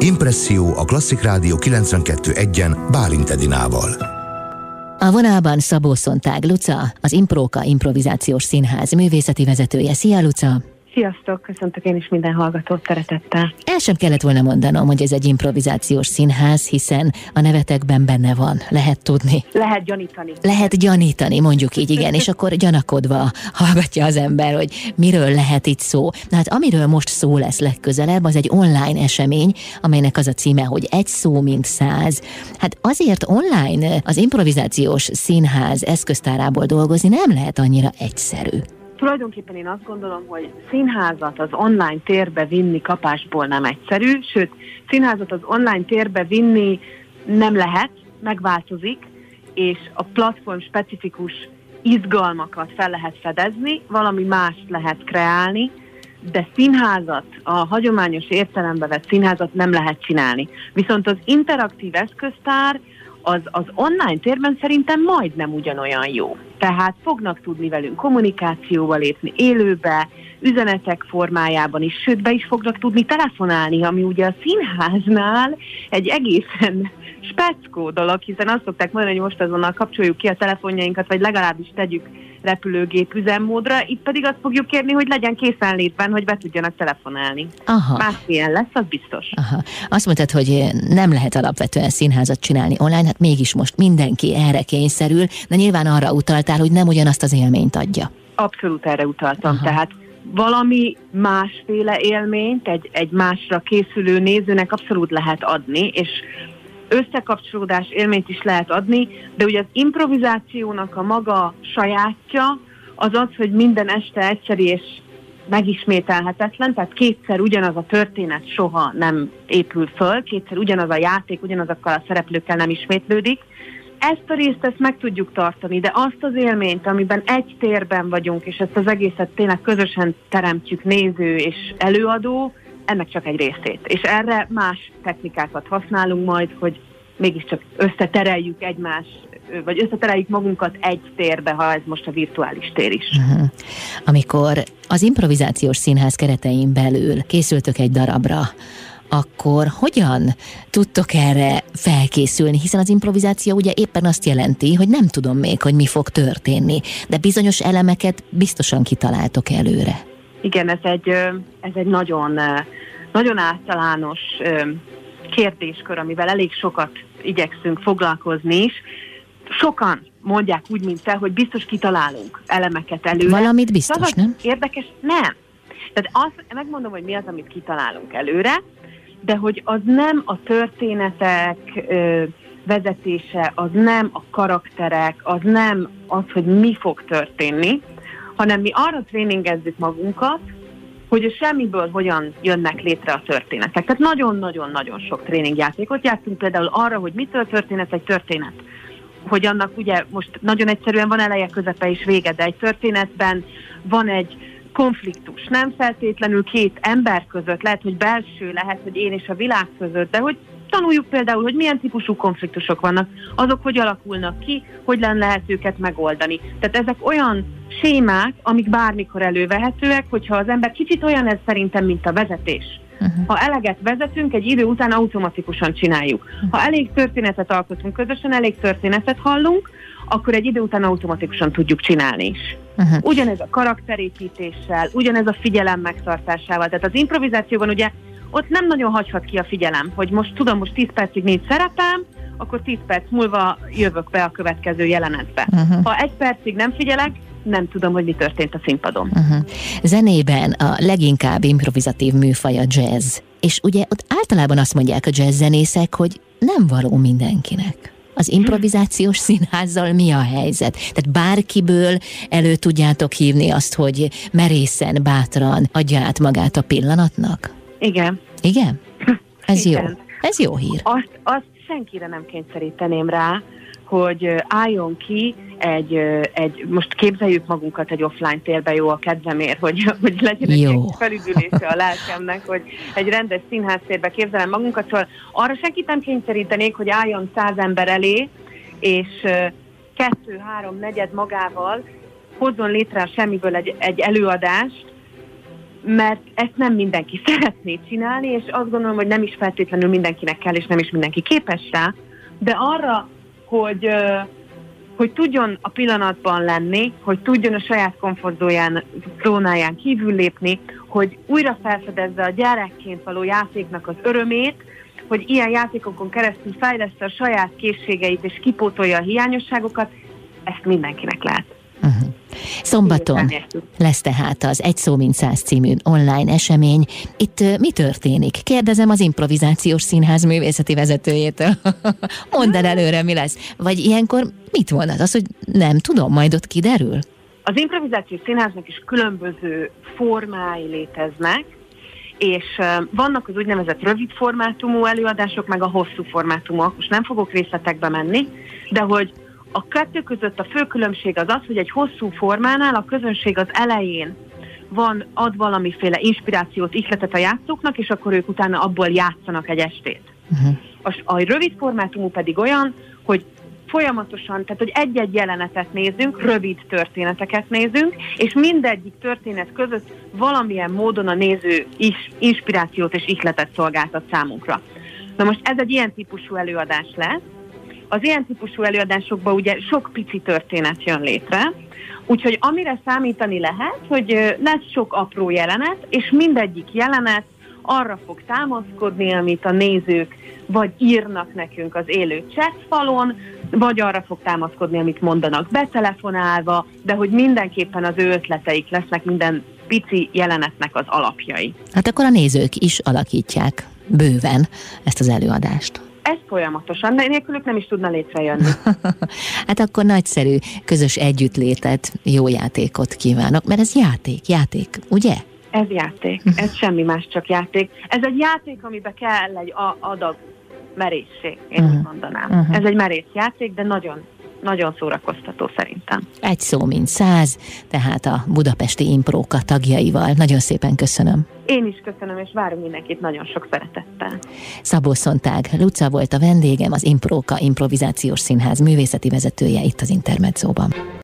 Impresszió a Klasszik Rádió 92.1-en Bálint Edinával. A vonalban Szabó Szontág Luca, az Impróka Improvizációs Színház művészeti vezetője. Szia, Luca! Sziasztok, köszöntök én is minden hallgatót szeretettel. El sem kellett volna mondanom, hogy ez egy improvizációs színház, hiszen a nevetekben benne van, lehet tudni. Lehet gyanítani. Lehet gyanítani, mondjuk így, igen, és akkor gyanakodva hallgatja az ember, hogy miről lehet itt szó. Na hát amiről most szó lesz legközelebb, az egy online esemény, amelynek az a címe, hogy egy szó mint 100. Hát azért online az improvizációs színház eszköztárából dolgozni nem lehet annyira egyszerű. Tulajdonképpen én azt gondolom, hogy színházat az online térbe vinni kapásból nem egyszerű, sőt, színházat az online térbe vinni nem lehet, megváltozik, és a platform specifikus izgalmakat fel lehet fedezni, valami mást lehet kreálni, de színházat, a hagyományos értelembe vett színházat nem lehet csinálni. Viszont az interaktív eszköztár az online térben szerintem majdnem ugyanolyan jó. Tehát fognak tudni velünk kommunikációba lépni élőbe, üzenetek formájában is, sőt be is fognak tudni telefonálni, ami ugye a színháznál egy egészen speckó dolog, hiszen azt szokták mondani, hogy most azonnal kapcsoljuk ki a telefonjainkat, vagy legalábbis tegyük repülőgép üzemmódra, itt pedig azt fogjuk kérni, hogy legyen készenlétben, hogy be tudjanak telefonálni. Aha. Más ilyen lesz, az biztos. Aha. Azt mondtad, hogy nem lehet alapvetően színházat csinálni online, hát mégis most mindenki erre kényszerül, de nyilván arra utaltál, hogy nem ugyanazt az élményt adja. Abszolút erre utaltam, Aha. Tehát valami másféle élményt egy másra készülő nézőnek abszolút lehet adni, és összekapcsolódás élményt is lehet adni, de ugye az improvizációnak a maga sajátja az az, hogy minden este egyszeri és megismételhetetlen, tehát kétszer ugyanaz a történet soha nem épül föl, kétszer ugyanaz a játék, ugyanazokkal a szereplőkkel nem ismétlődik. Ezt a részt meg tudjuk tartani, de azt az élményt, amiben egy térben vagyunk, és ezt az egészet tényleg közösen teremtjük néző és előadó, ennek csak egy részét. És erre más technikákat használunk majd, hogy mégiscsak összetereljük vagy összetereljük magunkat egy térbe, ha ez most a virtuális tér is. Uh-huh. Amikor az improvizációs színház keretein belül készültök egy darabra, akkor hogyan tudtok erre felkészülni? Hiszen az improvizáció ugye éppen azt jelenti, hogy nem tudom még, hogy mi fog történni, de bizonyos elemeket biztosan kitaláltok előre. Igen, ez egy nagyon, nagyon általános kérdéskör, amivel elég sokat igyekszünk foglalkozni is. Sokan mondják úgy, mint te, hogy biztos kitalálunk elemeket előre. Valamit biztos, nem? Érdekes, nem. Tehát megmondom, hogy mi az, amit kitalálunk előre, de hogy az nem a történetek vezetése, az nem a karakterek, az nem az, hogy mi fog történni, hanem mi arra tréningezzük magunkat, hogy a semmiből hogyan jönnek létre a történetek. Tehát nagyon-nagyon-nagyon sok tréningjátékot játszunk például arra, hogy mitől történet egy történet. Hogy annak ugye most nagyon egyszerűen van eleje, közepe és vége, de egy történetben van egy konfliktus. Nem feltétlenül két ember között, lehet, hogy belső, lehet, hogy én és a világ között, de hogy tanuljuk például, hogy milyen típusú konfliktusok vannak, azok hogy alakulnak ki, hogy lehet őket megoldani. Tehát ezek olyan sémák, amik bármikor elővehetőek, hogyha az ember kicsit olyan ez szerintem, mint a vezetés. Uh-huh. Ha eleget vezetünk, egy idő után automatikusan csináljuk. Ha elég történetet alkotunk közösen, elég történetet hallunk, akkor egy idő után automatikusan tudjuk csinálni is. Uh-huh. Ugyanez a karakterépítéssel, ugyanez a figyelem megtartásával. Tehát az improvizációban ugye ott nem nagyon hagyhat ki a figyelem, hogy most 10 percig nincs szerepem, akkor 10 perc múlva jövök be a következő jelenetbe. Uh-huh. Ha 1 percig nem figyelek, nem tudom, hogy mi történt a színpadon. Uh-huh. Zenében a leginkább improvizatív műfaj a jazz. És ugye ott általában azt mondják a jazz zenészek, hogy nem való mindenkinek. Az improvizációs színházzal mi a helyzet? Tehát bárkiből elő tudjátok hívni azt, hogy merészen, bátran adja át magát a pillanatnak? Igen. Igen? Ez Igen. jó. Ez jó hír. Azt senkire nem kényszeríteném rá, hogy álljon ki most képzeljük magunkat egy offline térbe, jó a kedvemért, hogy legyen egy felüdülése a lelkemnek, hogy egy rendes színháztérbe képzelem magunkat, szóval arra senkit nem kényszerítenék, hogy álljon 100 ember elé, és 2-3 negyed magával hozzon létre a semmiből egy előadást, mert ezt nem mindenki szeretné csinálni, és azt gondolom, hogy nem is feltétlenül mindenkinek kell, és nem is mindenki képes rá, de arra, hogy tudjon a pillanatban lenni, hogy tudjon a saját komfortzónáján kívül lépni, hogy újra felfedezze a gyerekként való játéknak az örömét, hogy ilyen játékokon keresztül fejleszte a saját készségeit és kipótolja a hiányosságokat, ezt mindenkinek lehet. Uh-huh. Szombaton lesz tehát az Egy szó mint 100 című online esemény. Itt mi történik? Kérdezem az Improvizációs Színház művészeti vezetőjétől. Mondd el előre, mi lesz. Vagy ilyenkor mit mondod? Az, hogy nem tudom, majd ott kiderül? Az Improvizációs Színháznak is különböző formái léteznek, és vannak az úgynevezett rövid formátumú előadások, meg a hosszú formátumok. Most nem fogok részletekbe menni, de hogy a kettő között a fő különbség az az, hogy egy hosszú formánál a közönség az elején ad valamiféle inspirációt, ihletet a játszóknak, és akkor ők utána abból játszanak egy estét. Uh-huh. A rövid formátumú pedig olyan, hogy folyamatosan, tehát hogy egy-egy jelenetet nézünk, rövid történeteket nézünk, és mindegyik történet között valamilyen módon a néző is inspirációt és ihletet szolgáltat számunkra. Na most ez egy ilyen típusú előadás lesz. Az ilyen típusú előadásokban ugye sok pici történet jön létre, úgyhogy amire számítani lehet, hogy lesz sok apró jelenet, és mindegyik jelenet arra fog támaszkodni, amit a nézők vagy írnak nekünk az élő chatfalon, vagy arra fog támaszkodni, amit mondanak betelefonálva, de hogy mindenképpen az ő ötleteik lesznek minden pici jelenetnek az alapjai. Hát akkor a nézők is alakítják bőven ezt az előadást. Ez folyamatosan, de nélkülük nem is tudna létrejönni. Hát akkor nagyszerű közös együttlétet, jó játékot kívánok, mert ez játék, ugye? Ez játék, ez semmi más, csak játék. Ez egy játék, amiben kell egy adag merészség, én úgy mondanám. Ez egy merész játék, de nagyon, nagyon szórakoztató szerintem. Egy szó mint 100, tehát a budapesti Impróka tagjaival. Nagyon szépen köszönöm. Én is köszönöm, és várunk mindenkit nagyon sok szeretettel. Szabó Szontág Luca volt a vendégem, az Impróka Improvizációs Színház művészeti vezetője itt az Intermedzóban.